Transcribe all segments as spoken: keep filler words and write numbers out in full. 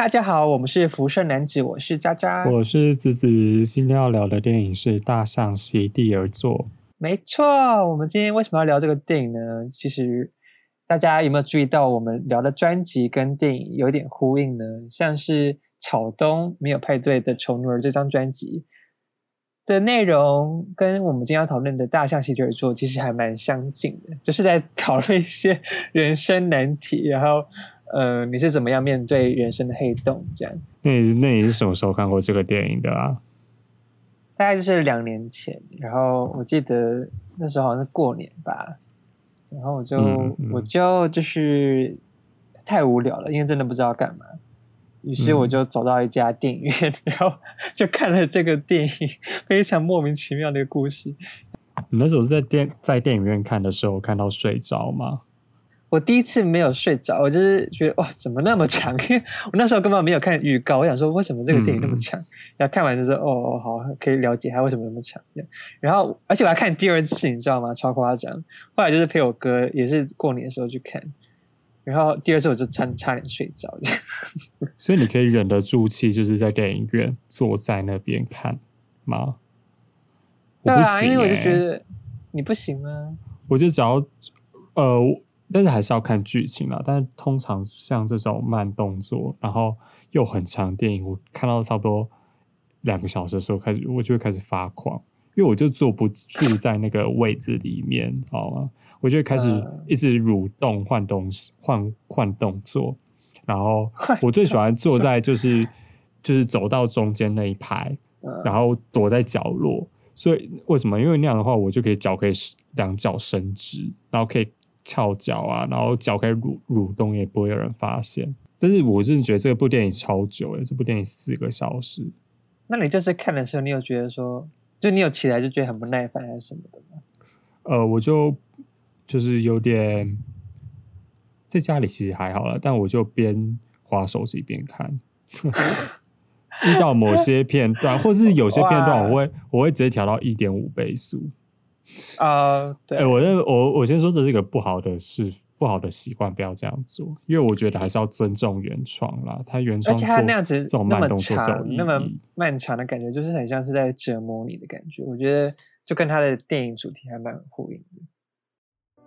大家好，我们是辐射男子，我是渣渣， 我是子子。今天要聊的电影是《大象席地而坐》。 没错，我们今天为什么要聊这个电影呢？其实大家有没有注意到，我们聊的专辑跟电影有点呼应呢？像是草东没有派对的丑女儿这张专辑的内容，跟我们今天要讨论的《大象席地而坐》其实还蛮相近的，就是在讨论一些人生难题，然后呃，你是怎么样面对人生的黑洞这样。 那你那你是什么时候看过这个电影的啊？ 大概就是两年前，然后我记得那时候好像是过年吧，然后我就、嗯嗯、我就就是太无聊了，因为真的不知道干嘛，于是我就走到一家电影院、嗯、然后就看了这个电影，非常莫名其妙的一个故事。 你那时候是在电在电影院看的时候看到睡着吗？ 我第一次没有睡着，我就是觉得哇，怎么那么长？因为我那时候根本没有看预告，我想说为什么这个电影那么长？嗯、然后看完就说哦，好，可以了解它为什么那么长。然后，而且我还看第二次，你知道吗？超夸张。后来就是陪我哥，也是过年的时候去看，然后第二次我就差差点睡着。 所以你可以忍得住气，就是在电影院坐在那边看吗？ 对啊， 我不行欸、 因为我就觉得你不行吗？ 我就只要呃。但是还是要看剧情啦，但是通常像这种慢动作然后又很长电影，我看到差不多两个小时的时候开始我就会开始发狂，因为我就坐不住在那个位置里面好吗？我就会开始一直蠕动换动换换动作，然后我最喜欢坐在就是就是走到中间那一排，然后躲在角落，所以为什么？因为那样的话我就可以脚可以两脚伸直，然后可以翘脚啊，然后脚可以蠕蠕动，也不会有人发现。但是我真的觉得这部电影超久了，这部电影四个小时。 那你这次看的时候，你有觉得说，就你有起来就觉得很不耐烦还是什么的吗？ 呃，我就就是有点在家里其实还好啦，但我就边滑手机边看。遇到某些片段，或是有些片段，我会我会直接调到一点五倍速。 啊、uh, 对， 欸、我我我先说这是一个不好的事，不好的习惯，不要这样做，因为我觉得还是要尊重原创啦。他原创做， 而且他那样子这种慢动作是有意义， 那么漫长的感觉，就是很像是在折磨你的感觉。我觉得就跟他的电影主题还蛮呼应的。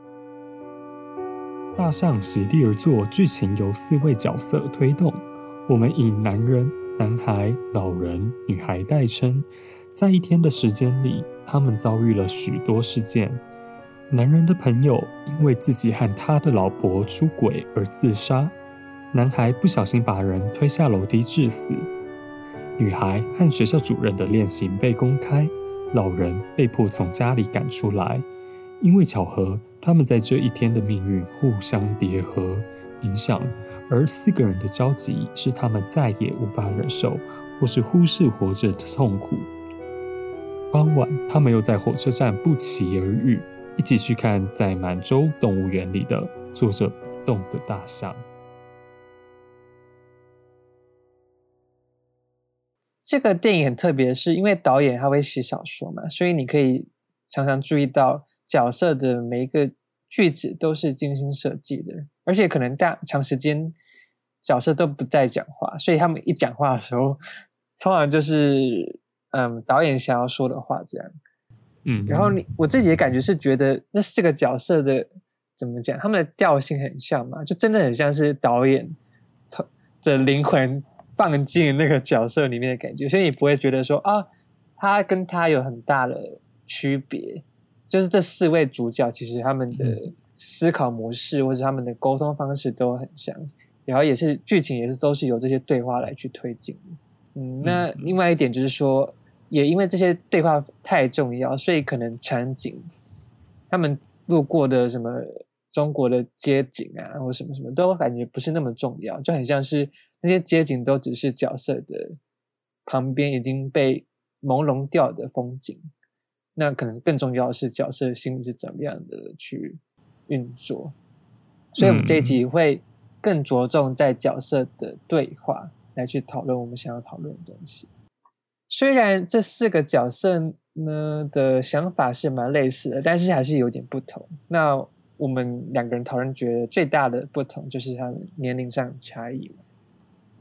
大象席地而坐，剧情由四位角色推动，我们以男人、男孩、老人、女孩代称。在一天的时间里，他们遭遇了许多事件。男人的朋友因为自己和他的老婆出轨而自杀，男孩不小心把人推下楼梯致死。女孩和学校主任的恋情被公开，老人被迫从家里赶出来。因为巧合，他们在这一天的命运互相叠合影响，而四个人的交集是他们再也无法忍受或是忽视活着的痛苦。傍晚，他们又在火车站不期而遇，一起去看在满洲动物园里的坐着不动的大象。 这个电影很特别，是因为导演他会写小说嘛，所以你可以常常注意到角色的每一个句子都是精心设计的，而且可能大长时间角色都不带讲话，所以他们一讲话的时候，通常就是嗯导演想要说的话这样。 嗯， 然后你我自己的感觉是觉得那四个角色的怎么讲，他们的调性很像嘛，就真的很像是导演的灵魂放进那个角色里面的感觉，所以你不会觉得说啊，他跟他有很大的区别。就是这四位主角其实他们的思考模式或者他们的沟通方式都很像，然后也是剧情也是都是由这些对话来去推进的。嗯，那另外一点就是说，也因为这些对话太重要，所以可能场景他们路过的什么中国的街景啊或什么什么都感觉不是那么重要，就很像是那些街景都只是角色的旁边已经被朦胧掉的风景，那可能更重要的是角色心理是怎么样的去运作。所以我们这一集会更着重在角色的对话来去讨论我们想要讨论的东西。虽然这四个角色呢的想法是蛮类似的，但是还是有点不同。那我们两个人讨论觉得最大的不同就是他们年龄上差异。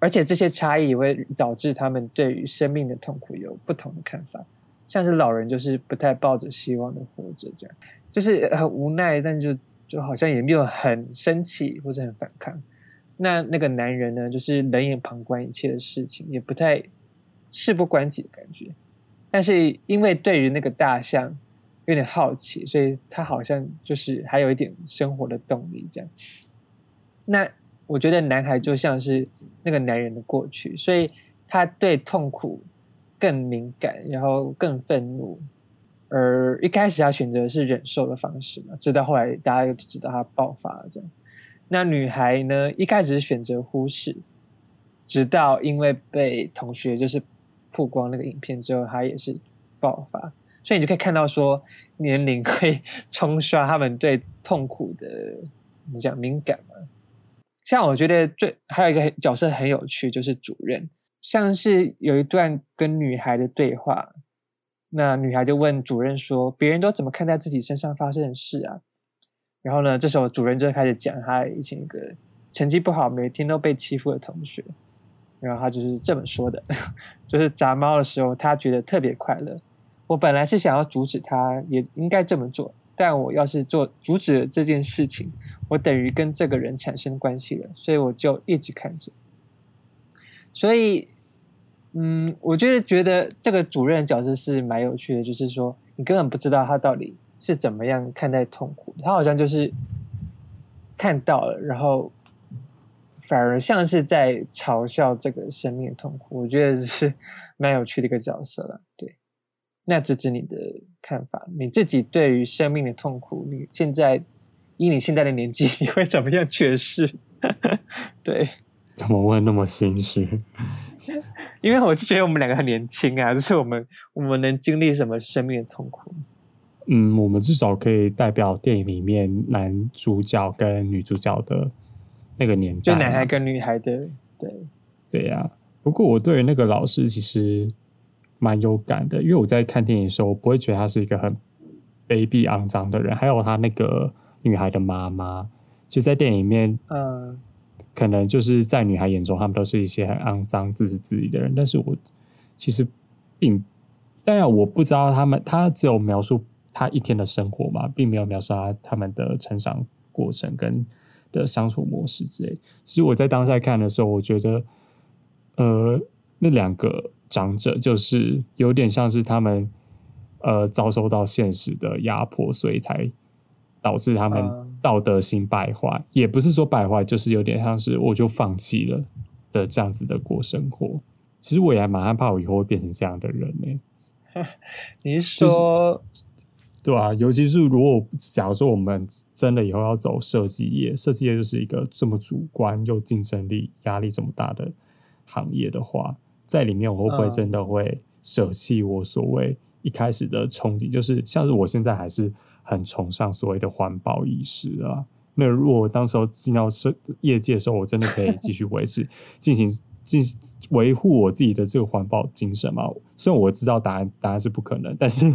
而且这些差异也会导致他们对于生命的痛苦有不同的看法。像是老人就是不太抱着希望的活着，这样就是很无奈，但就就好像也没有很生气或者很反抗。那那个男人呢，就是冷眼旁观一切的事情，也不太事不关己的感觉。但是因为对于那个大象有点好奇，所以他好像就是还有一点生活的动力这样。那我觉得男孩就像是那个男人的过去，所以他对痛苦更敏感，然后更愤怒，而一开始他选择的是忍受的方式嘛，直到后来大家就知道他爆发了这样。那女孩呢，一开始是选择忽视，直到因为被同学就是曝光那个影片之后，她也是爆发。所以你就可以看到说，年龄会冲刷他们对痛苦的怎么讲敏感嘛。像我觉得最还有一个角色很有趣，就是主任。像是有一段跟女孩的对话，那女孩就问主任说，别人都怎么看待自己身上发生的事啊？然后呢，这时候主任就开始讲他以前一个成绩不好，每天都被欺负的同学。然后他就是这么说的，就是砸猫的时候他觉得特别快乐。我本来是想要阻止他，也应该这么做，但我要是做阻止了这件事情，我等于跟这个人产生关系了，所以我就一直看着。所以嗯，我觉得觉得这个主任的角色是蛮有趣的，就是说你根本不知道他到底是怎么样看待痛苦，他好像就是看到了，然后反而像是在嘲笑这个生命的痛苦。我觉得是蛮有趣的一个角色啦。对，那芝芝你的看法，你自己对于生命的痛苦，你现在以你现在的年纪，你会怎么样诠释？对， 怎么问那么心虚？ 因为我就觉得我们两个很年轻啊，就是我们我们能经历什么生命的痛苦？ 嗯，我们至少可以代表电影里面男主角跟女主角的那个年代， 就男孩跟女孩的，对对呀、啊。不过我对于那个老师其实蛮有感的，因为我在看电影的时候，我不会觉得他是一个很卑鄙肮脏的人。还有他那个女孩的妈妈，其实在电影里面，嗯，可能就是在女孩眼中，他们都是一些很肮脏、自私自利的人。但是我其实并，当然我不知道他们，他只有描述他一天的生活嘛，并没有描述他他们的成长过程跟的相处模式之类。其实我在当下看的时候，我觉得，呃，那两个长者就是有点像是他们呃遭受到现实的压迫，所以才导致他们道德心败坏。嗯、也不是说败坏，就是有点像是我就放弃了的这样子的过生活。其实我也还蛮害怕我以后会变成这样的人呢、 欸。你是说？ 就是对啊，尤其是如果假如说我们真的以后要走设计业，设计业就是一个这么主观又竞争力压力这么大的行业的话，在里面我会不会真的会舍弃我所谓一开始的憧憬？就是像是我现在还是很崇尚所谓的环保意识啊。那如果当时候进到业界的时候，我真的可以继续维持进行。进维护我自己的这个环保精神嘛？虽然我知道答案答案是不可能，但是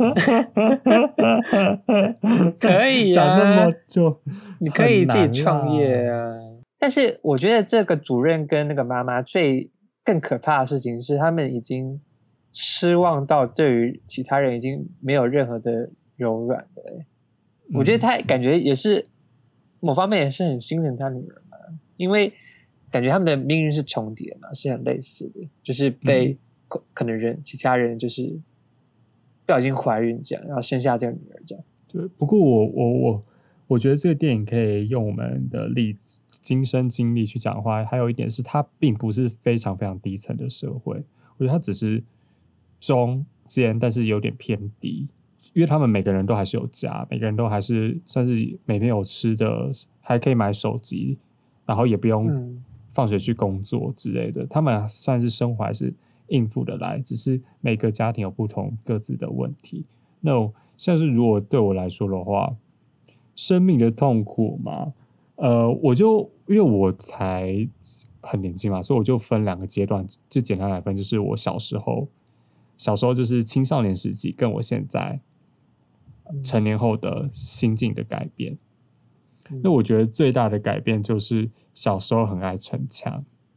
可以啊， 讲那么就你可以自己创业啊。但是我觉得这个主任跟那个妈妈最更可怕的事情是，他们已经失望到对于其他人已经没有任何的柔软了、欸。我觉得他感觉也是、嗯、某方面也是很心疼他女儿嘛，因为。感觉他们的命运是重叠嘛，是很类似的，就是被、嗯、可能人其他人就是不小心怀孕这样，然后生下这个女儿这样。 对，不过我我我我觉得这个电影可以用我们的例子、亲身经历去讲的话，还有一点是它并不是非常非常低层的社会，我觉得它只是中间，但是有点偏低，因为他们每个人都还是有家，每个人都还是算是每天有吃的，还可以买手机，然后也不用、嗯。放学去工作之类的，他们算是生活还是应付得来，只是每个家庭有不同各自的问题。那像是如果对我来说的话，生命的痛苦嘛，呃，我就因为我才很年轻嘛，所以我就分两个阶段，就简单来分，就是我小时候，小时候就是青少年时期，跟我现在成年后的心境的改变。那我觉得最大的改变就是小时候很爱逞强，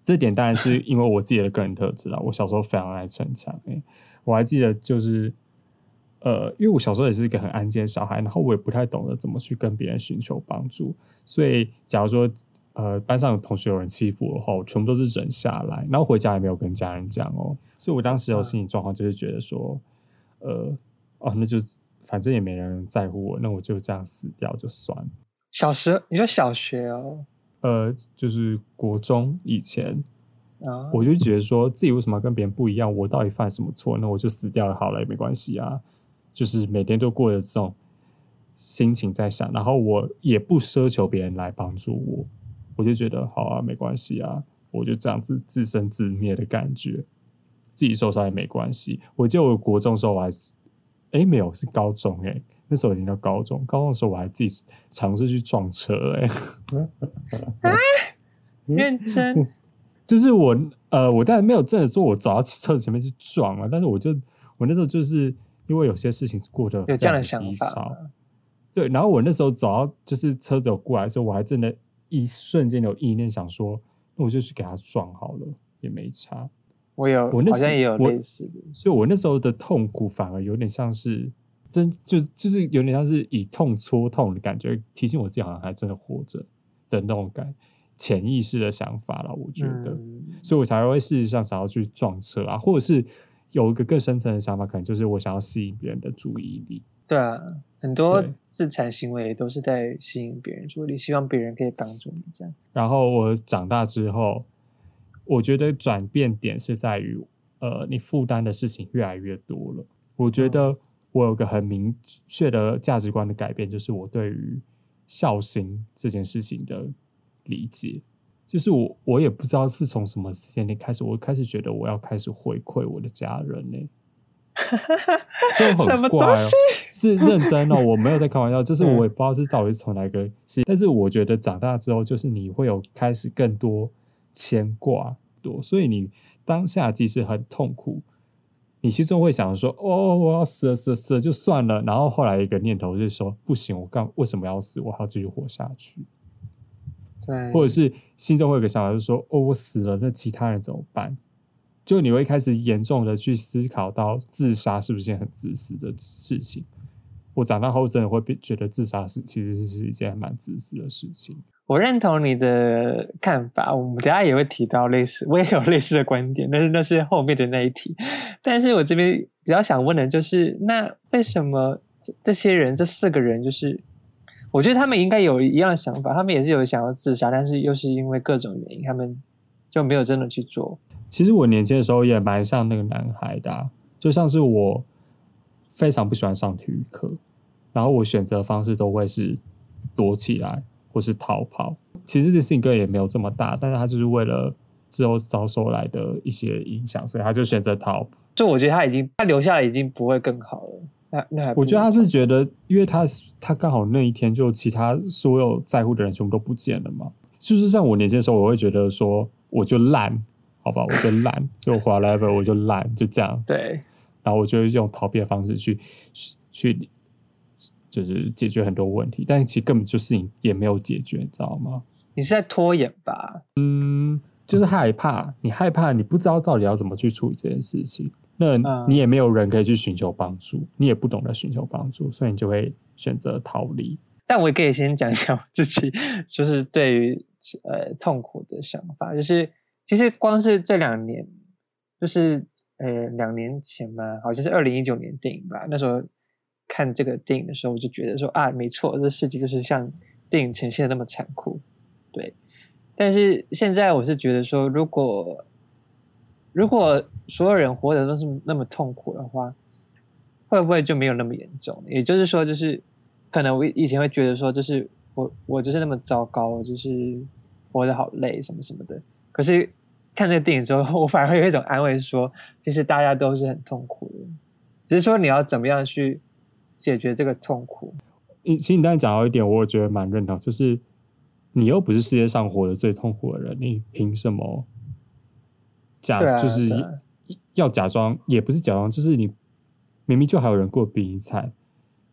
这点当然是因为我自己的个人特质啦。我小时候非常爱逞强、欸，我还记得就是呃，因为我小时候也是一个很安静的小孩，然后我也不太懂得怎么去跟别人寻求帮助，所以假如说呃班上有同学有人欺负我的话，我全部都是忍下来，然后回家也没有跟家人讲哦。所以我当时有心理状况就是觉得说，呃，哦，那就反正也没人在乎我，那我就这样死掉就算了。 小学，你说小学哦？ 呃，就是国中以前， 啊， 我就觉得说自己为什么要跟别人不一样？我到底犯什么错？那我就死掉好了也没关系啊。就是每天都过着这种心情在想，然后我也不奢求别人来帮助我，我就觉得好啊，没关系啊，我就这样子自生自灭的感觉，自己受伤也没关系。我记得我国中的时候我还是，哎，没有，是高中哎、欸，那时候已经到高中，高中的时候我还自己尝试去撞车哎、欸， 啊，认真， 就是我呃，我当然没有真的说我走到车子前面去撞了，但是我就我那时候就是因为有些事情过得有这样的非常想低潮， 法， 对，然后我那时候走到就是车子有过来的时候，我还真的一瞬间有意念想说，那我就去给他撞好了，也没差。 我有， 我那时好像也有我类似的， 就我那时候的痛苦反而有点像是真就就是有点像是以痛戳痛的感觉，提醒我自己好像还真的活着的那种感潜意识的想法了，我觉得， 嗯， 所以我才会事实上想要去撞车啊，或者是有一个更深层的想法，可能就是我想要吸引别人的注意力。 对啊，很多对自残行为都是在吸引别人注意力，希望别人可以帮助你这样。 然后我长大之后，我觉得转变点是在于，呃，你负担的事情越来越多了。我觉得我有个很明确的价值观的改变，就是我对于孝心这件事情的理解。就是我，我也不知道是从什么时间点开始，我开始觉得我要开始回馈我的家人呢、欸，就很怪哦，是认真哦，我没有在开玩笑，就是我也不知道是到底是从哪个是，但是我觉得长大之后，就是你会有开始更多牵挂多，所以你当下即使很痛苦，你心中会想说，哦，我要死了，死了，死了就算了，然后后来一个念头就是说，不行，我干为什么要死？我还要继续活下去。 对， 或者是心中会有个想法，就是说，哦，我死了，那其他人怎么办？就你会开始严重的去思考到自杀是不是件很自私的事情。我长大后真的会觉得自杀是其实是一件蛮自私的事情。 我认同你的看法，我们等一下也会提到类似，我也有类似的观点，但是那是后面的那一题。但是我这边比较想问的就是，那为什么这些人这四个人，就是我觉得他们应该有一样的想法，他们也是有想要自殺，但是又是因为各种原因，他们就没有真的去做。 其实我年轻的时候也蛮像那个男孩的、啊，就像是我非常不喜欢上体育课，然后我选择的方式都会是躲起来或是逃跑。其实这性格也没有这么大，但是他就是为了之后遭受来的一些影响，所以他就选择逃跑。 就我觉得他已经他留下来已经不会更好了。那那还我觉得他是觉得，因为他他刚好那一天就其他所有在乎的人全部都不见了嘛。就是像我年轻的时候，我会觉得说，我就烂，好吧，我就烂，就 whatever， 我就烂，就这样。 对。 然后我就会用逃避的方式去去，就是解决很多问题，但其实根本就是你也没有解决，你知道吗？ 你是在拖延吧？ 嗯，就是害怕，你害怕，你不知道到底要怎么去处理这件事情。那你也没有人可以去寻求帮助，你也不懂得寻求帮助，所以你就会选择逃离。 但我也可以先讲一下我自己，就是对于呃痛苦的想法，就是其实光是这两年，就是呃两年前嘛，好像是二零一九年电影吧，那时候看这个电影的时候，我就觉得说啊，没错，这世界就是像电影呈现的那么残酷，对。但是现在我是觉得说，如果如果所有人活得都是那么痛苦的话，会不会就没有那么严重？也就是说，就是可能我以前会觉得说，就是我我就是那么糟糕，就是活得好累什么什么的。可是看这个电影之后，我反而会有一种安慰说，其实大家都是很痛苦的，只是说你要怎么样去解决这个痛苦。 其实你刚才讲到一点，我觉得蛮认同，就是你又不是世界上活得最痛苦的人，你凭什么假、 啊、 就是要假装，也不是假装，就是你明明就还有人过得比你惨，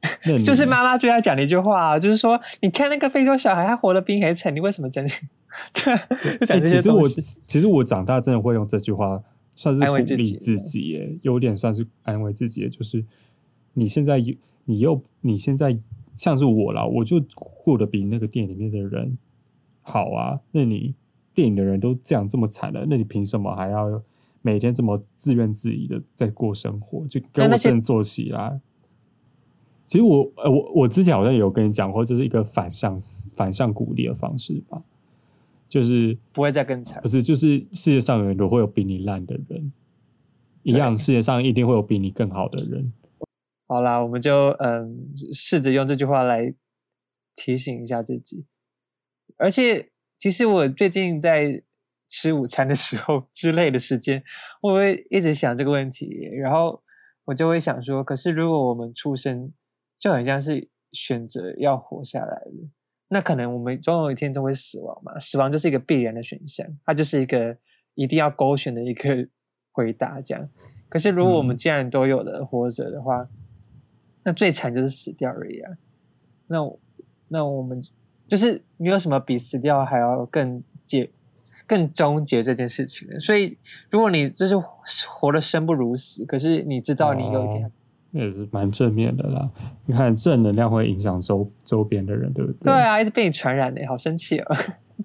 就是妈妈对他讲的一句话、啊，就是说，你看那个非洲小孩，他活得比你还惨，你为什么讲？对，就讲这些欸、其实我东西其实我长大真的会用这句话，算是鼓励自己耶，有点算是安慰自己耶，就是你现在你又你现在像是我啦，我就过得比那个电影里面的人好啊，那你电影的人都这样这么惨了，那你凭什么还要每天这么自怨自艾的在过生活？就跟我振作起来。其实我呃我我之前好像也有跟你讲过，就是一个反向反向鼓励的方式吧，就是不会再更惨， 不是就是世界上有人都会有比你烂的人，一样世界上一定会有比你更好的人。 好啦，我们就嗯试着用这句话来提醒一下自己。而且其实我最近在吃午餐的时候之类的时间，我会一直想这个问题，然后我就会想说，可是如果我们出生就很像是选择要活下来的，那可能我们总有一天都会死亡嘛，死亡就是一个必然的选项，它就是一个一定要勾选的一个回答这样。可是如果我们既然都有了活着的话、嗯、那最惨就是死掉而已啊。那那我们就是没有什么比死掉还要更解更终结这件事情的。所以如果你就是活得生不如死，可是你知道你有一天、哦也是蛮正面的啦，你看正能量会影响周周边的人，对不对？ 对啊，一直被你传染的，好生气哦。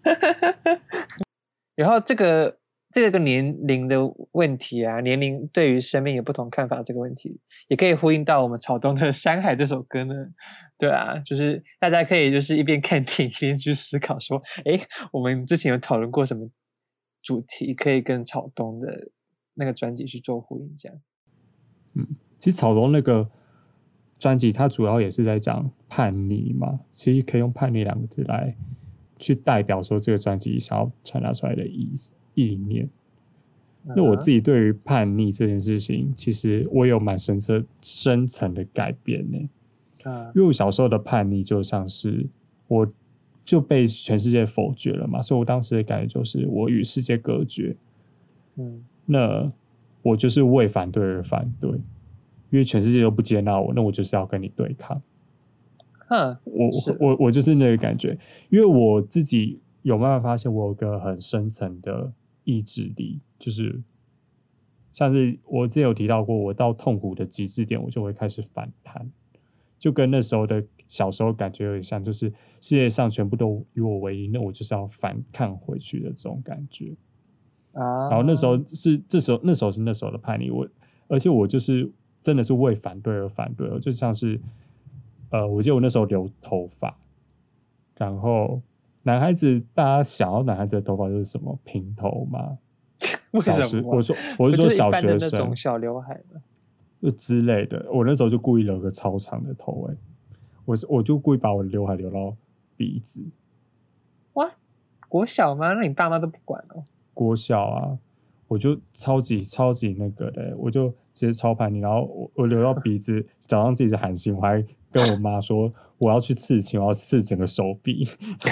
然后这个这个年龄的问题啊，年龄对于生命有不同看法这个问题，也可以呼应到我们草东的《山海》这首歌呢。对啊，就是大家可以就是一边看电影一边去思考说，诶，我们之前有讨论过什么主题可以跟草东的那个专辑去做呼应这样。 嗯。其实草东那个专辑，它主要也是在讲叛逆嘛，其实可以用叛逆两个字来去代表说这个专辑想要传达出来的意思意念。Uh-huh. 那我自己对于叛逆这件事情，其实我有蛮深层深层的改变呢。Uh-huh. 因为我小时候的叛逆就像是我就被全世界否决了嘛，所以我当时的感觉就是我与世界隔绝。嗯，那我就是为反对而反对。因为全世界都不接纳我，那我就是要跟你对抗。 嗯， 我我我就是那个感觉，因为我自己有慢慢发现，我有个很深层的意志力，就是像是我之前有提到过，我到痛苦的极致点，我就会开始反弹，就跟那时候的小时候感觉有点像，就是世界上全部都与我为一，那我就是要反抗回去的这种感觉。啊，然后那时候是这时候那时候是那时候的叛逆，我而且我就是。真的是为反对而反对，就像是，呃，我记得我那时候留头发，然后男孩子大家想要男孩子的头发就是什么平头嘛？ 为什么？ 我说我是说小学生那种小刘海嘛，之类的。我那时候就故意留个超长的头、欸，哎，我我就故意把我的刘海留到鼻子。 哇，国小吗？那你爸妈都不管哦？ 国小啊。我就超级超级那个的，我就直接超叛逆，然后 我, 我留到鼻子，早上自己是寒心，我还跟我妈说我要去刺青，我要刺整个手臂。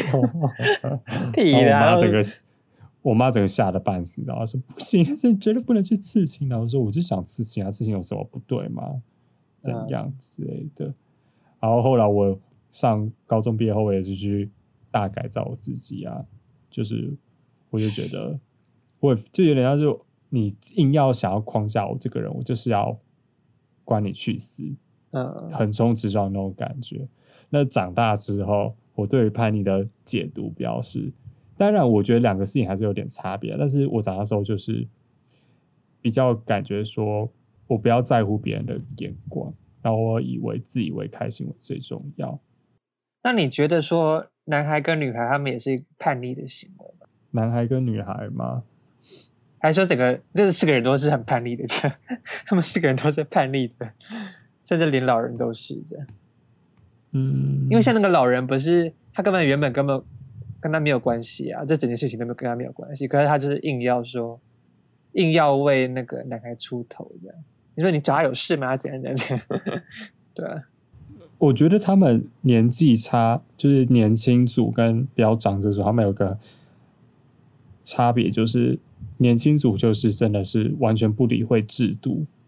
然后我妈整个我妈整个吓得半死，然后说不行，这绝对不能去刺青。然后说我就想刺青啊，刺青有什么不对吗？怎样之类的。然后后来我上高中毕业后，我也是去大改造我自己啊，就是我就觉得。我就有点像是你硬要想要框架我这个人，我就是要关你去死，嗯，横冲直撞那种感觉。那长大之后，我对于叛逆的解读表示，当然我觉得两个事情还是有点差别，但是我长大之后就是比较感觉说，我不要在乎别人的眼光，然后我以为自以为开心为最重要。 那你觉得说，男孩跟女孩他们也是叛逆的行为吗？ 男孩跟女孩吗？ 还说整个这四个人都是很叛逆的，这样他们四个人都是叛逆的，甚至连老人都是这样。嗯，因为像那个老人不是他根本原本根本跟他没有关系啊，这整件事情都没有跟他没有关系，可是他就是硬要说，硬要为那个男孩出头这样。你说你找他有事吗？怎样怎样怎样？对啊， 我觉得他们年纪差，就是年轻组跟比较长者组，他们有个差别就是。年轻组就是真的是完全不理会制度，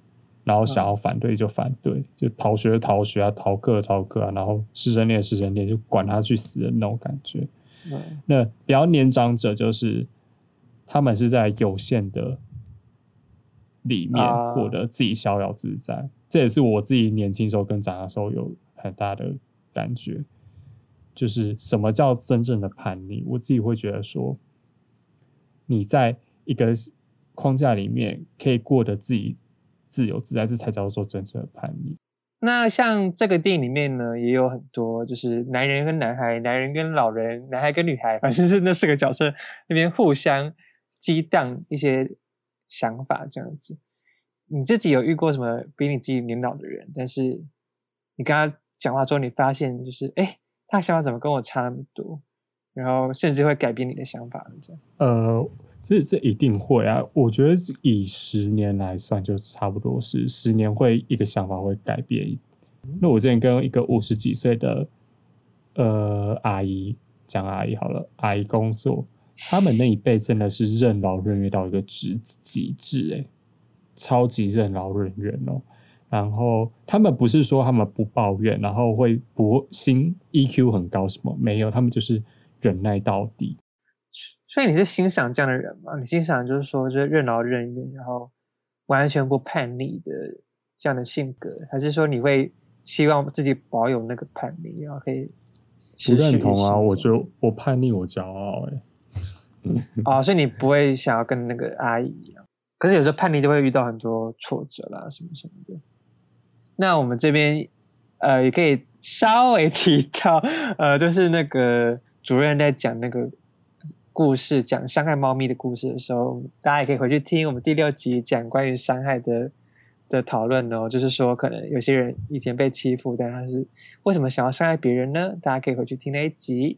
然后想要反对就反对，就逃学逃学啊，逃课逃课啊，然后师生恋师生恋，就管他去死的那种感觉。 嗯、 那比较年长者就是他们是在有限的里面过得自己逍遥自在，啊、这也是我自己年轻时候跟长大的时候有很大的感觉。就是什么叫真正的叛逆？我自己会觉得说，你在一个框架里面可以过得自己自由自在，这才叫做真正的叛逆。 那像这个电影里面呢，也有很多就是男人跟男孩、男人跟老人、男孩跟女孩，反正是那四个角色那边互相激荡一些想法这样子。你自己有遇过什么比你自己年老的人，但是你跟他讲话之后，你发现就是哎，他的想法怎么跟我差那么多，然后甚至会改变你的想法这样？ 呃，这这一定会啊！我觉得以十年来算，就差不多是十年会一个想法会改变。那我之前跟一个五十几岁的呃阿姨讲，阿姨好了，阿姨工作，他们那一辈真的是任劳任怨到一个极极致，哎，超级任劳任怨哦。然后他们不是说他们不抱怨，然后会不心 E Q 很高什么，没有，他们就是忍耐到底。 所以你是欣赏这样的人吗？你欣赏就是说就是任劳任怨，然后完全不叛逆的这样的性格，还是说你会希望自己保有那个叛逆，然后可以持续？ 不认同啊！我觉得我叛逆，我骄傲哎、 欸。哦，所以你不会想要跟那个阿姨一样，可是有时候叛逆就会遇到很多挫折啦，什么什么的。那我们这边呃也可以稍微提到，呃，就是那个主任在讲那个故事，讲伤害猫咪的故事的时候，大家也可以回去听我们第六集讲关于伤害的的讨论哦。就是说，可能有些人以前被欺负，但他是为什么想要伤害别人呢？大家可以回去听那一集。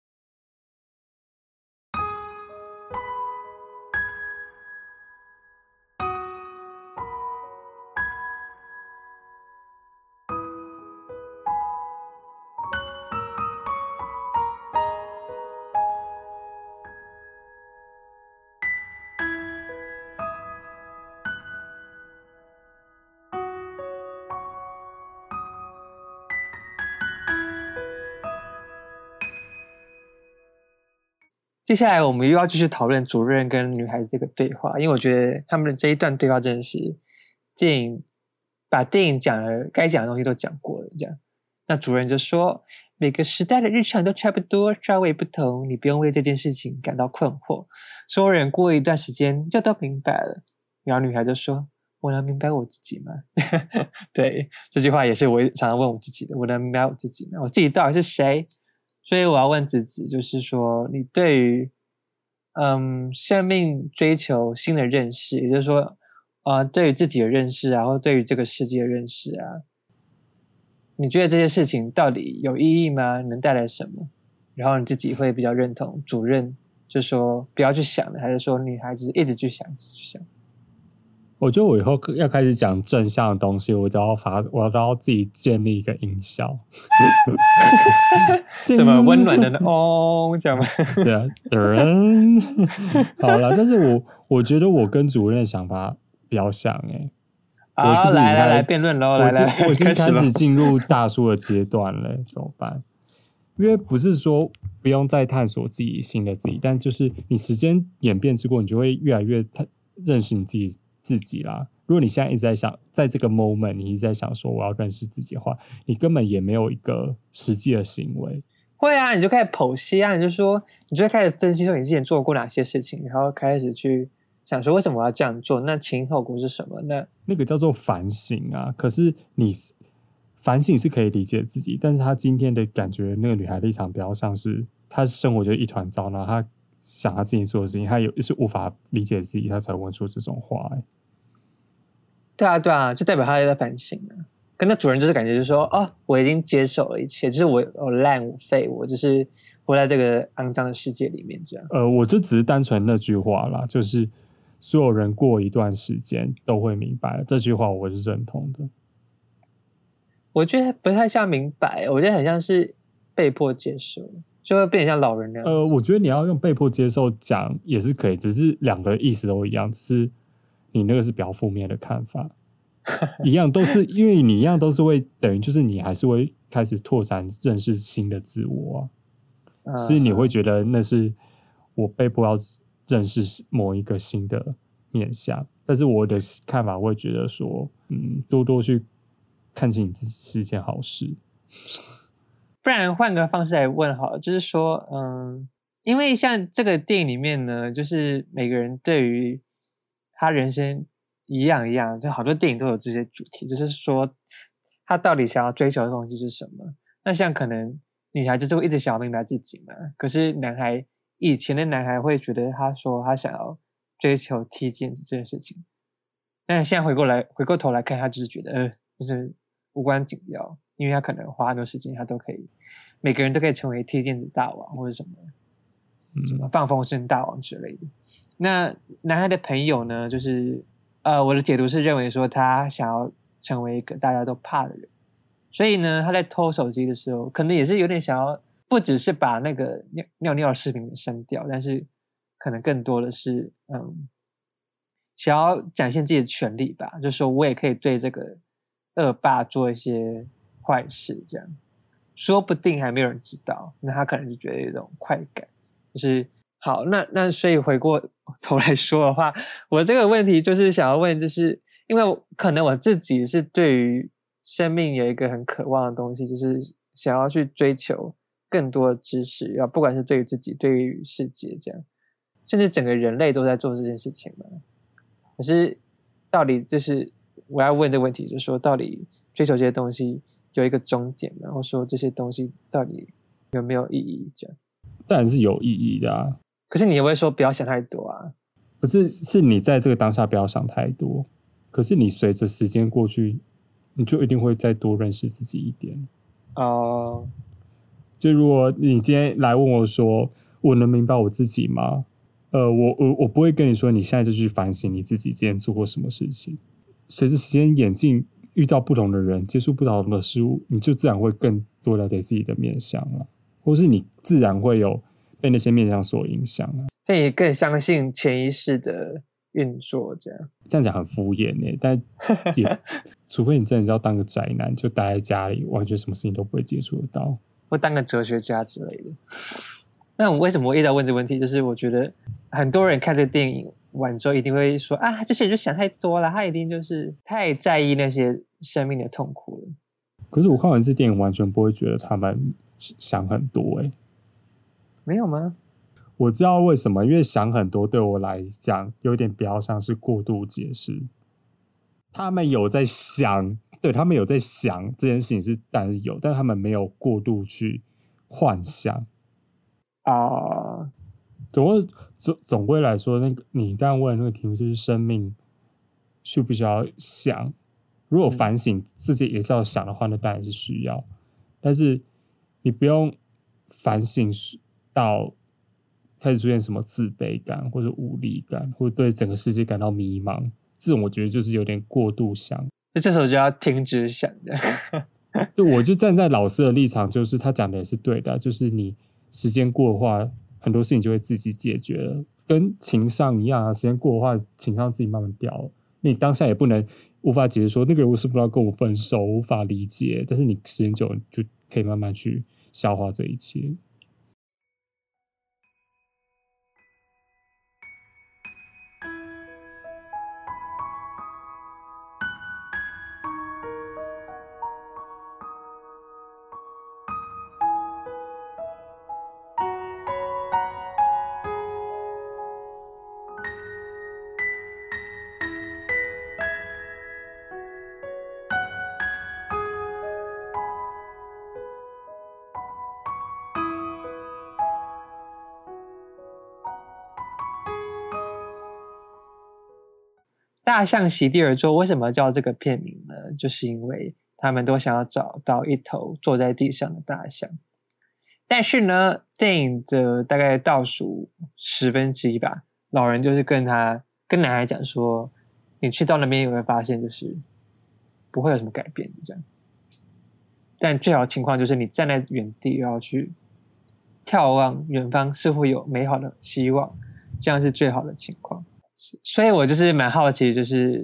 接下来我们又要继续讨论主任跟女孩这个对话，因为我觉得他们的这一段对话真的是电影把电影讲的该讲的东西都讲过了这样。那主任就说，每个时代的日常都差不多，稍微不同，你不用为这件事情感到困惑，所有人过一段时间就都明白了。然后女孩就说，我能明白我自己吗？对，这句话也是我常常问我自己的，我能明白我自己吗？我自己到底是谁？所以我要问子子，就是说你对于嗯生命追求新的认识，也就是说呃对于自己的认识啊，或对于这个世界的认识啊，你觉得这些事情到底有意义吗？能带来什么？然后你自己会比较认同主任就说不要去想的，还是说女孩就是一直去想一直去想？ 我觉得我以后要开始讲正向的东西，我都要发，我都要自己建立一个音效， 什么温暖的哦，这样吗？ 对啊，好了，但是我我觉得我跟主任的想法比较像哎、欸，我是不是来来来辩论喽，来来， 我已经开始进入大叔的阶段了，怎么办？因为不是说不用再探索自己新的自己，但就是你时间演变之过，你就会越来越认识你自己。自己啦，如果你现在一直在想，在这个 moment 你一直在想说我要认识自己的话，你根本也没有一个实际的行为。 会啊，你就开始剖析啊，你就说，你就会开始分析说你之前做过哪些事情，然后开始去想说为什么我要这样做，那前因后果是什么？那那个叫做反省啊。可是你反省是可以理解自己，但是他今天的感觉，那个女孩立场比较像是，她生活就一团糟，然后她想她自己做的事情，她有是无法理解自己，她才问出这种话、欸。 对啊，对啊，就代表她在反省啊。跟那主人就是感觉就是说，哦，我已经接受了一切，就是我我烂我废，我就是活在这个肮脏的世界里面这样。 呃，我就只是单纯那句话啦，就是所有人过一段时间都会明白，这句话我是认同的。 我觉得不太像明白，我觉得很像是被迫接受，就会变成像老人那样。 呃，我觉得你要用被迫接受讲也是可以，只是两个意思都一样，只是你那个是比较负面的看法。 一样都是因为你一样都是会等于就是你还是会开始拓展认识新的自我啊，所以你会觉得那是我被迫要认识某一个新的面向，但是我的看法会觉得说，嗯，多多去看清你自己是一件好事。 不然换个方式来问好了，就是说，嗯，因为像这个电影里面呢，就是每个人对于他人生一样一样，就好多电影都有这些主题，就是说他到底想要追求的东西是什么。那像可能女孩就是会一直想要明白自己嘛，可是男孩以前的男孩会觉得他说他想要追求踢毽子这件事情，但现在回过来回过头来看，他就是觉得呃，就是无关紧要，因为他可能花很多时间，他都可以，每个人都可以成为踢毽子大王或者什么、嗯、什么放风筝大王之类的。那男孩的朋友呢，就是呃，我的解读是认为说他想要成为一个大家都怕的人，所以呢，他在偷手机的时候，可能也是有点想要，不只是把那个尿尿尿的视频删掉，但是可能更多的是嗯，想要展现自己的权利吧，就是说我也可以对这个恶霸做一些坏事，这样说不定还没有人知道，那他可能就觉得有一种快感，就是好，那那所以回过头来说的话，我这个问题就是想要问，就是因为可能我自己是对于生命有一个很渴望的东西，就是想要去追求更多的知识，要不管是对于自己，对于世界这样，甚至整个人类都在做这件事情嘛。可是到底就是我要问的问题，就是说到底追求这些东西有一个终点，然后说这些东西到底有没有意义？这样当然是有意义的啊。 可是你也会说不要想太多啊。 不是，是你在这个当下不要想太多。可是你随着时间过去，你就一定会再多认识自己一点。 哦、uh ， 就如果你今天来问我说，我能明白我自己吗？呃，我我我不会跟你说，你现在就去反省你自己今天做过什么事情。随着时间演进，遇到不同的人，接触不同的事物，你就自然会更多了解自己的面向了，或是你自然会有被那些面向所影响了。 所以更相信潜意识的运作，这样这样讲很敷衍耶，但也除非你真的要当个宅男，就待在家里，完全什么事情都不会接触得到， 或当个哲学家之类的。那我为什么我一直在问这个问题？就是我觉得很多人看这个电影完之后一定会说啊，这些人就想太多了，他一定就是太在意那些生命的痛苦了。 可是我看完这电影完全不会觉得他们想很多耶。 没有吗？ 我知道为什么，因为想很多对我来讲有点比较像是过度解释。他们有在想，对，他们有在想这件事情是当然是有，但他们没有过度去幻想啊。Uh 总会总总归来说，那个你刚刚问的那个题目就是生命需不需要想？如果反省自己也是要想的话，那当然是需要。但是你不用反省到开始出现什么自卑感或者无力感，或者对整个世界感到迷茫，这种我觉得就是有点过度想。 就这时候就要停止想的。 对，我就站在老师的立场，就是他讲的也是对的，就是你时间过的话，很多事情就会自己解决了，跟情商一样啊。时间过的话，情商自己慢慢掉了。你当下也不能无法解释说那个人为什么要跟我分手，无法理解。但是你时间久了，就可以慢慢去消化这一切。 大象席地而坐为什么叫这个片名呢？就是因为他们都想要找到一头坐在地上的大象，但是呢，电影的大概倒数十分之一吧，老人就是跟他跟男孩讲说，你去到那边你会发现就是不会有什么改变这样，但最好的情况就是你站在原地然后去眺望远方，似乎有美好的希望，这样是最好的情况。所以我就是蛮好奇，就是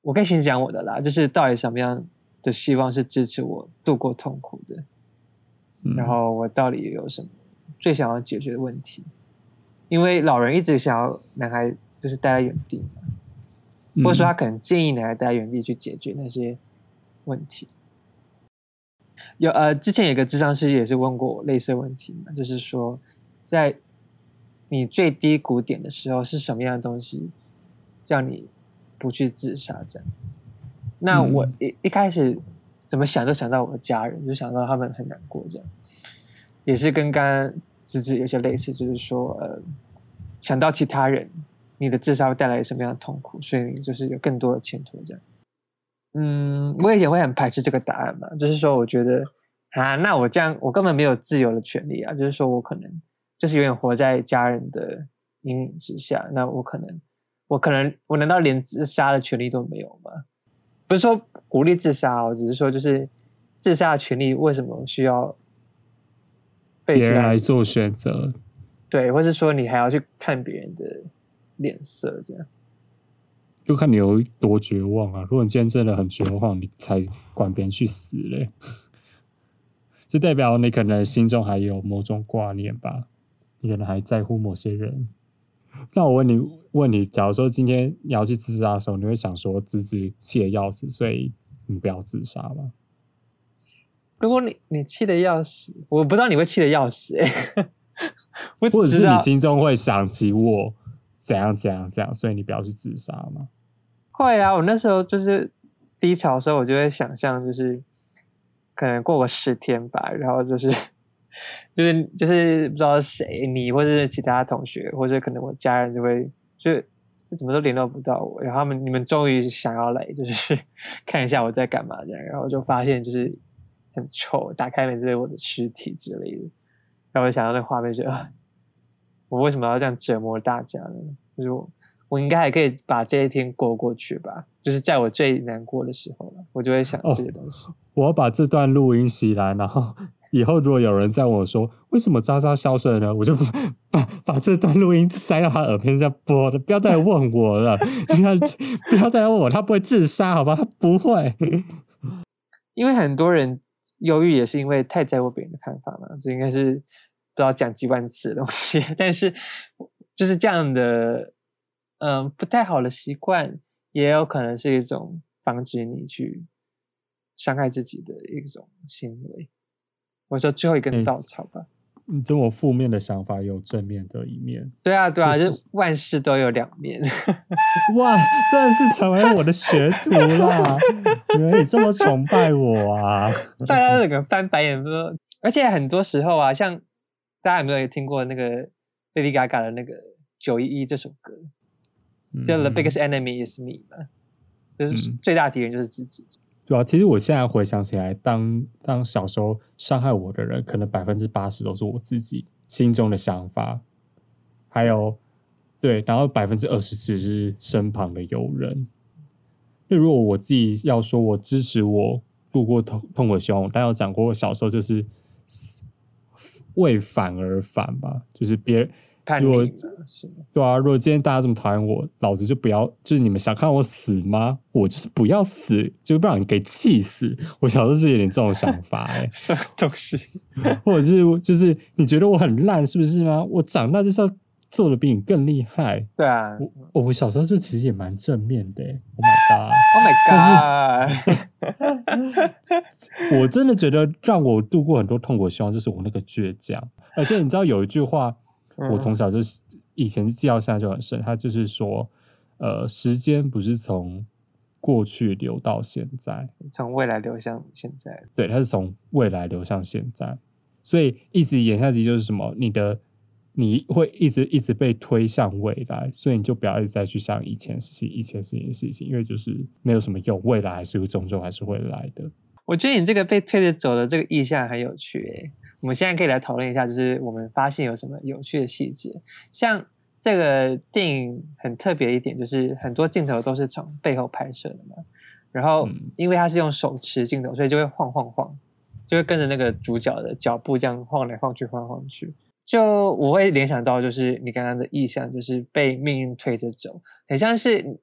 我可以先讲我的啦，就是到底什么样的希望是支持我度过痛苦的， 嗯、 然后我到底有什么最想要解决的问题。因为老人一直想要男孩就是待在原地嘛， 嗯、 或者说他可能建议男孩待在原地去解决那些问题。有呃，之前有个諮商师也是问过我类似的问题嘛，就是说在你最低谷点的时候是什么样的东西让你不去自杀这样。那我一、嗯、一开始怎么想都想到我的家人，就想到他们很难过这样，也是跟刚刚芝芝有些类似，就是说呃，想到其他人你的自杀会带来什么样的痛苦，所以你就是有更多的牵拖这样。嗯，我以前会很排斥这个答案嘛，就是说我觉得啊，那我这样我根本没有自由的权利啊，就是说我可能就是永远活在家人的阴影之下，那我可能我可能我难道连自杀的权利都没有吗？不是说鼓励自杀哦，只是说就是自杀的权利为什么需要被别人来做选择？ 对，或是说你还要去看别人的脸色这样。 就看你有多绝望啊！如果你今天真的很绝望，你才管别人去死嘞，就代表你可能心中还有某种挂念吧，你可能还在乎某些人。那我问你，问你，假如说今天你要去自杀的时候，你会想说自己气得要死，所以你不要自杀吗？ 如果你你气得要死，我不知道你会气得要死哎、欸， 或者是你心中会想起我怎样怎样怎样，所以你不要去自杀吗？ 会啊，我那时候就是低潮的时候，我就会想象，就是可能过个十天吧，然后就是就是就是不知道谁，你或是其他同学，或者可能我家人就会就怎么都联络不到我，然后他们你们终于想要来，就是看一下我在干嘛这样，然后就发现就是很臭，打开门就是我的尸体之类的，然后我想到那画面就啊，我为什么要这样折磨大家呢？就是我。我应该还可以把这一天过过去吧，就是在我最难过的时候了，我就会想这些东西。 哦、我要把这段录音洗来，然后以后如果有人在问我说为什么渣渣消失了呢，我就把把这段录音塞到他耳边这样播的，不要再来问我了，不要再来问我，他不会自杀好吧？他不会， 因为很多人忧郁也是因为太在乎别人的看法嘛，这应该是不知道讲几万次的东西，但是就是这样的。嗯，不太好的习惯也有可能是一种防止你去伤害自己的一种行为。我说最后一根稻草吧。 你这么负面的想法有正面的一面。 对啊，对啊，就是、万事都有两面。 哇，真的是成为我的学徒啦！原来你这么崇拜我啊！ 大家整个翻白眼说，而且很多时候啊，像大家有没有听过那个 Lady Gaga 的那个九一一这首歌？就 The Biggest Enemy is Me 嘛，就是最大敌人就是自己。 嗯、对啊，其实我现在回想起来，当当小时候伤害我的人，可能百分之八十都是我自己心中的想法，还有对，然后百分之二十只是身旁的友人。那如果我自己要说我支持我度过痛痛苦的希望，我当然有讲过，我小时候就是为反而反吧，就是别人。如果对啊，如果今天大家这么讨厌我，老子就不要，就是你们想看我死吗？我就是不要死，就不让你给气死。我小时候是有点这种想法、欸，哎， 什么东西？ 或者是就是你觉得我很烂，是不是吗？我长大就是要做的比你更厉害。 对啊， 我我小时候就其实也蛮正面的、欸、，Oh my god，Oh my god， 我真的觉得让我度过很多痛苦的希望，就是我那个倔强。而且你知道有一句话。我从小就以前记到现在就很深，他就是说，呃，时间不是从过去流到现在， 从未来流向现在。 对，它是从未来流向现在，所以一直言下之意就是什么，你的你会一直一直被推向未来，所以你就不要一直再去想以前的事情、以前事情的事情，因为就是没有什么用，未来还是终究还是会来的。 我觉得你这个被推着走的这个意象很有趣诶。我们现在可以来讨论一下，就是我们发现有什么有趣的细节。像这个电影很特别一点，就是很多镜头都是从背后拍摄的嘛。然后因为它是用手持镜头，所以就会晃晃晃，就会跟着那个主角的脚步这样晃来晃去，晃来晃去。就我会联想到，就是你刚刚的意象，就是被命运推着走，很像是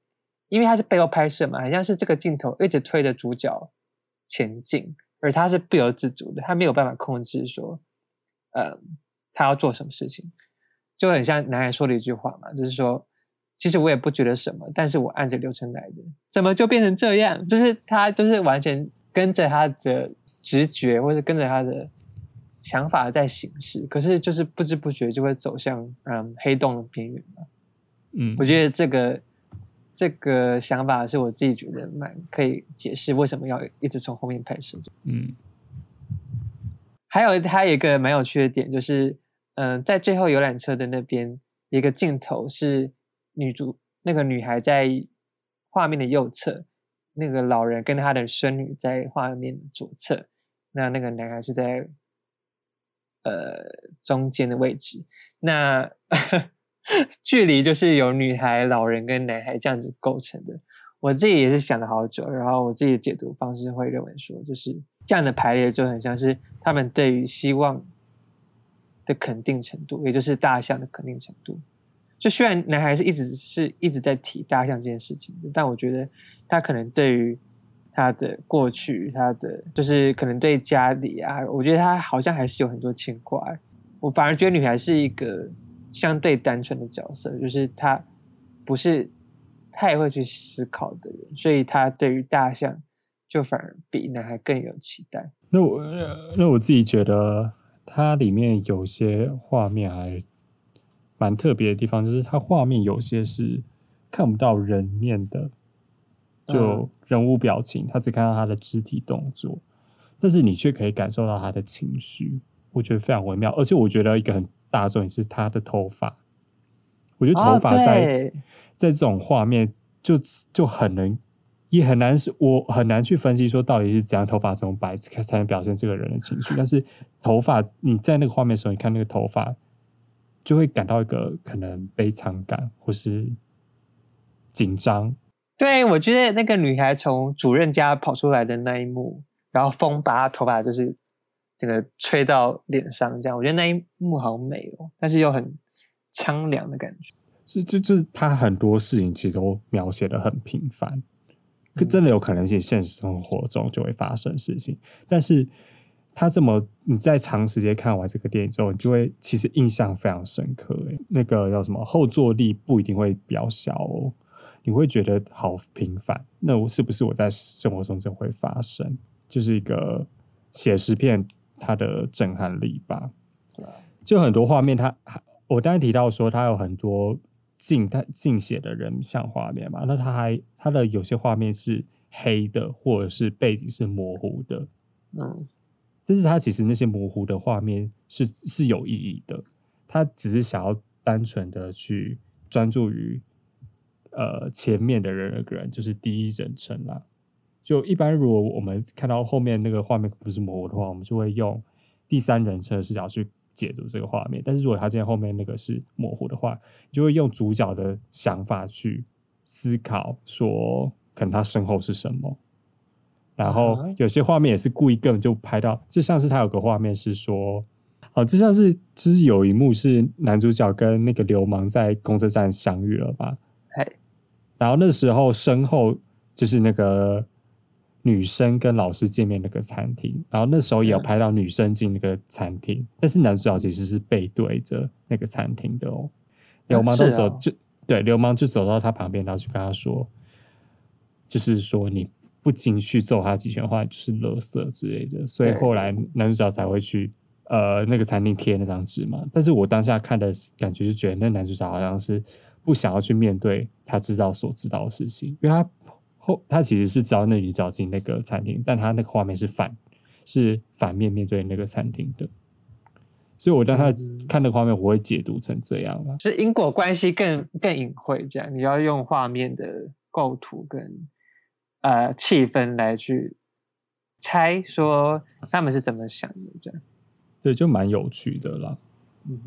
因为它是背后拍摄嘛，好像是这个镜头一直推着主角前进，而他是不由自主的，他没有办法控制说，呃，他要做什么事情，就很像男孩说的一句话嘛，就是说，其实我也不觉得什么，但是我按着流程来的，怎么就变成这样？就是他就是完全跟着他的直觉，或是跟着他的想法在行事，可是就是不知不觉就会走向嗯黑洞的边缘嘛。 嗯， 我觉得这个这个想法是我自己觉得蛮可以解释为什么要一直从后面拍摄。 嗯， 还有还有一个蛮有趣的点就是，嗯、呃，在最后游览车的那边有一个镜头是女主那个女孩在画面的右侧，那个老人跟他的孙女在画面的左侧，那那个男孩是在呃中间的位置，那距离就是由女孩、老人跟男孩这样子构成的。我自己也是想了好久，然后我自己的解读方式会认为说，就是这样的排列就很像是他们对于希望的肯定程度，也就是大象的肯定程度。就虽然男孩是一直是一直在提大象这件事情的，但我觉得他可能对于他的过去，他的就是可能对家里啊，我觉得他好像还是有很多牵挂。我反而觉得女孩是一个相对单纯的角色，就是她不是太会去思考的人，所以她对于大象就反而比男孩更有期待。 那我那我自己觉得它里面有些画面还蛮特别的地方，就是它画面有些是看不到人面的，就人物表情，他只看到他的肢体动作，但是你却可以感受到他的情绪，我觉得非常微妙。而且我觉得一个很大的重点是他的头发，我觉得头发在、哦、在这种画面就就很能也很难，我很难去分析说到底是怎样头发怎么摆才能表现这个人的情绪。但是头发你在那个画面的时候，你看那个头发，就会感到一个可能悲惨感或是紧张。 对，我觉得那个女孩从主任家跑出来的那一幕，然后风把她头发就是整个吹到脸上，这样我觉得那一幕好美哦，但是又很苍凉的感觉。 就就就是他很多事情其实都描写的很平凡，可真的有可能是现实生活中就会发生的事情，但是他这么你在长时间看完这个电影之后，你就会其实印象非常深刻。那个叫什么后坐力不一定会比较小哦，你会觉得好平凡，那我是不是我在生活中真会发生？就是一个写实片它的震撼力吧。就很多画面它，我刚才提到说它有很多近近写的人像画面嘛，那它还它的有些画面是黑的，或者是背景是模糊的，嗯，但是它其实那些模糊的画面是是有意义的，它只是想要单纯的去专注于呃前面的人那个人，就是第一人称啦。就一般如果我们看到后面那个画面不是模糊的话，我们就会用第三人称的视角去解读这个画面。但是如果他今天后面那个是模糊的话，你就会用主角的想法去思考，说可能他身后是什么。然后有些画面也是故意根本就拍到，就像是他有个画面是说，哦，就像是就是有一幕是男主角跟那个流氓在公车站相遇了吧？然后那时候身后就是那个女生跟老师见面那个餐厅，然后那时候也有拍到女生进那个餐厅，嗯、但是男主角其实是背对着那个餐厅的哦。流氓都走、啊哦、就对，流氓就走到他旁边，然后就跟他说，就是说你不经去揍他几拳的话，就是垃圾之类的。所以后来男主角才会去呃那个餐厅贴那张纸嘛。但是我当下看的感觉就觉得那男主角好像是不想要去面对他知道所知道的事情，因为他。后他其实是知道那女角进那个餐厅，但他那个画面是反是反面面对那个餐厅的，所以我当他看那个画面，我会解读成这样啦， 就是因果关系更更隐晦，这样你要用画面的构图跟呃气氛来去猜说他们是怎么想的，这样对，就蛮有趣的啦。嗯。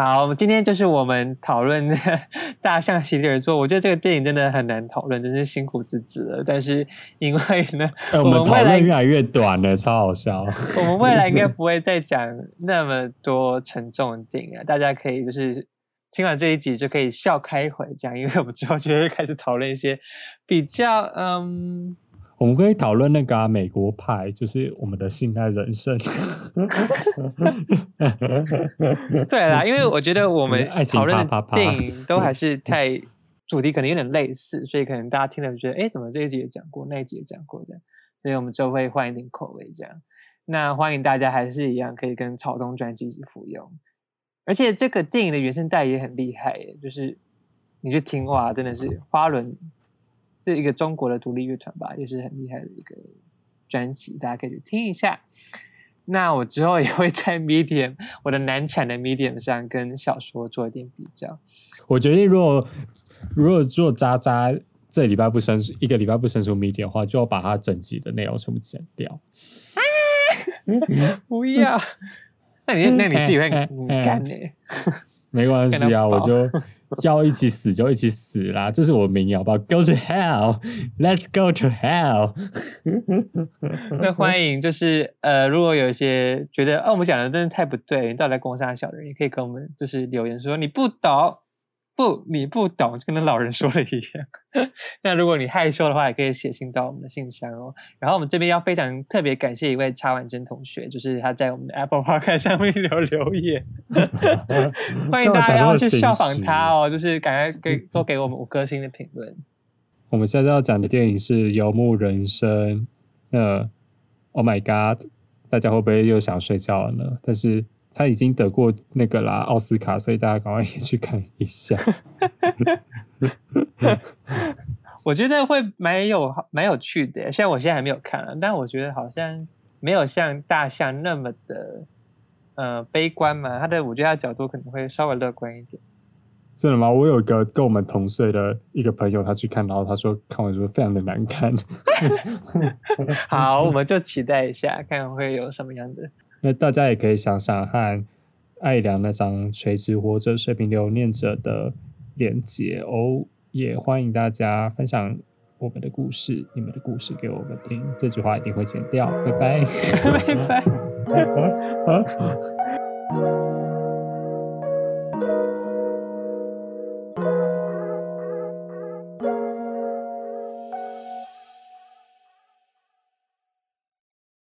好，我们今天就是我们讨论的大象席地而坐。我觉得这个电影真的很难讨论，真是辛苦自己了。但是因为呢， 欸、我们讨论越来越短了，超好笑。 我们未来应该不会再讲那么多沉重的电影了，大家可以就是听完这一集就可以笑开一回，这样，因为我们之后就会开始讨论一些比较嗯。 我们可以讨论那个、啊、美国派，就是我们的性爱人生。 对啦，因为我觉得我们讨论的电影都还是太主题可能有点类似，所以可能大家听了就觉得，哎，怎么这一集也讲过，那一集也讲过这样，所以我们就会换一点口味这样。那欢迎大家还是一样可以跟草东专辑一起服用，而且这个电影的原声带也很厉害耶，就是你去听哇，真的是花轮。是一个中国的独立乐团吧，也是很厉害的一个专辑，大家可以去听一下。那我之后也会在 Medium 我的难产的 Medium 上跟小说做一点比较。 我决定，如果如果做渣渣这礼拜不生一个礼拜不生出 Medium 的话，就要把它整集的内容全部剪掉。 不要，那你那你自己会很干耶。 没关系啊，我就要一起死就一起死啦，这是我名言好不好 ？Go to hell, let's go to hell 。 那欢迎就是呃，如果有一些觉得哦我们讲的真的太不对，你到底在攻杀小人，也可以跟我们就是留言说你不懂。不，你不懂，就跟老人说的一样。那如果你害羞的话，也可以写信到我们的信箱哦。然后我们这边要非常特别感谢一位查婉珍同学，就是他在我们的 Apple Podcast 上面留留言，欢迎大家要去效仿他哦，就是赶快给多给我们五颗星的评论。 我们现在要讲的电影是《游牧人生》。那 Oh my God， 大家会不会又想睡觉了呢？但是他已经得过那个啦奥斯卡，所以大家赶快也去看一下。 我觉得会蛮有蛮有趣的，虽然我现在还没有看了，但我觉得好像没有像大象那么的呃悲观嘛，他的我觉得他的角度可能会稍微乐观一点。 真的吗？我有一个跟我们同岁的一个朋友，他去看，然后他说看完说非常的难看。 好，我们就期待一下，看会有什么样的。 那大家也可以想想和艾良那张垂直活着水平留念者的连结哦，也欢迎大家分享我们的故事，你们的故事给我们听，这句话一定会剪掉，拜拜， 拜拜。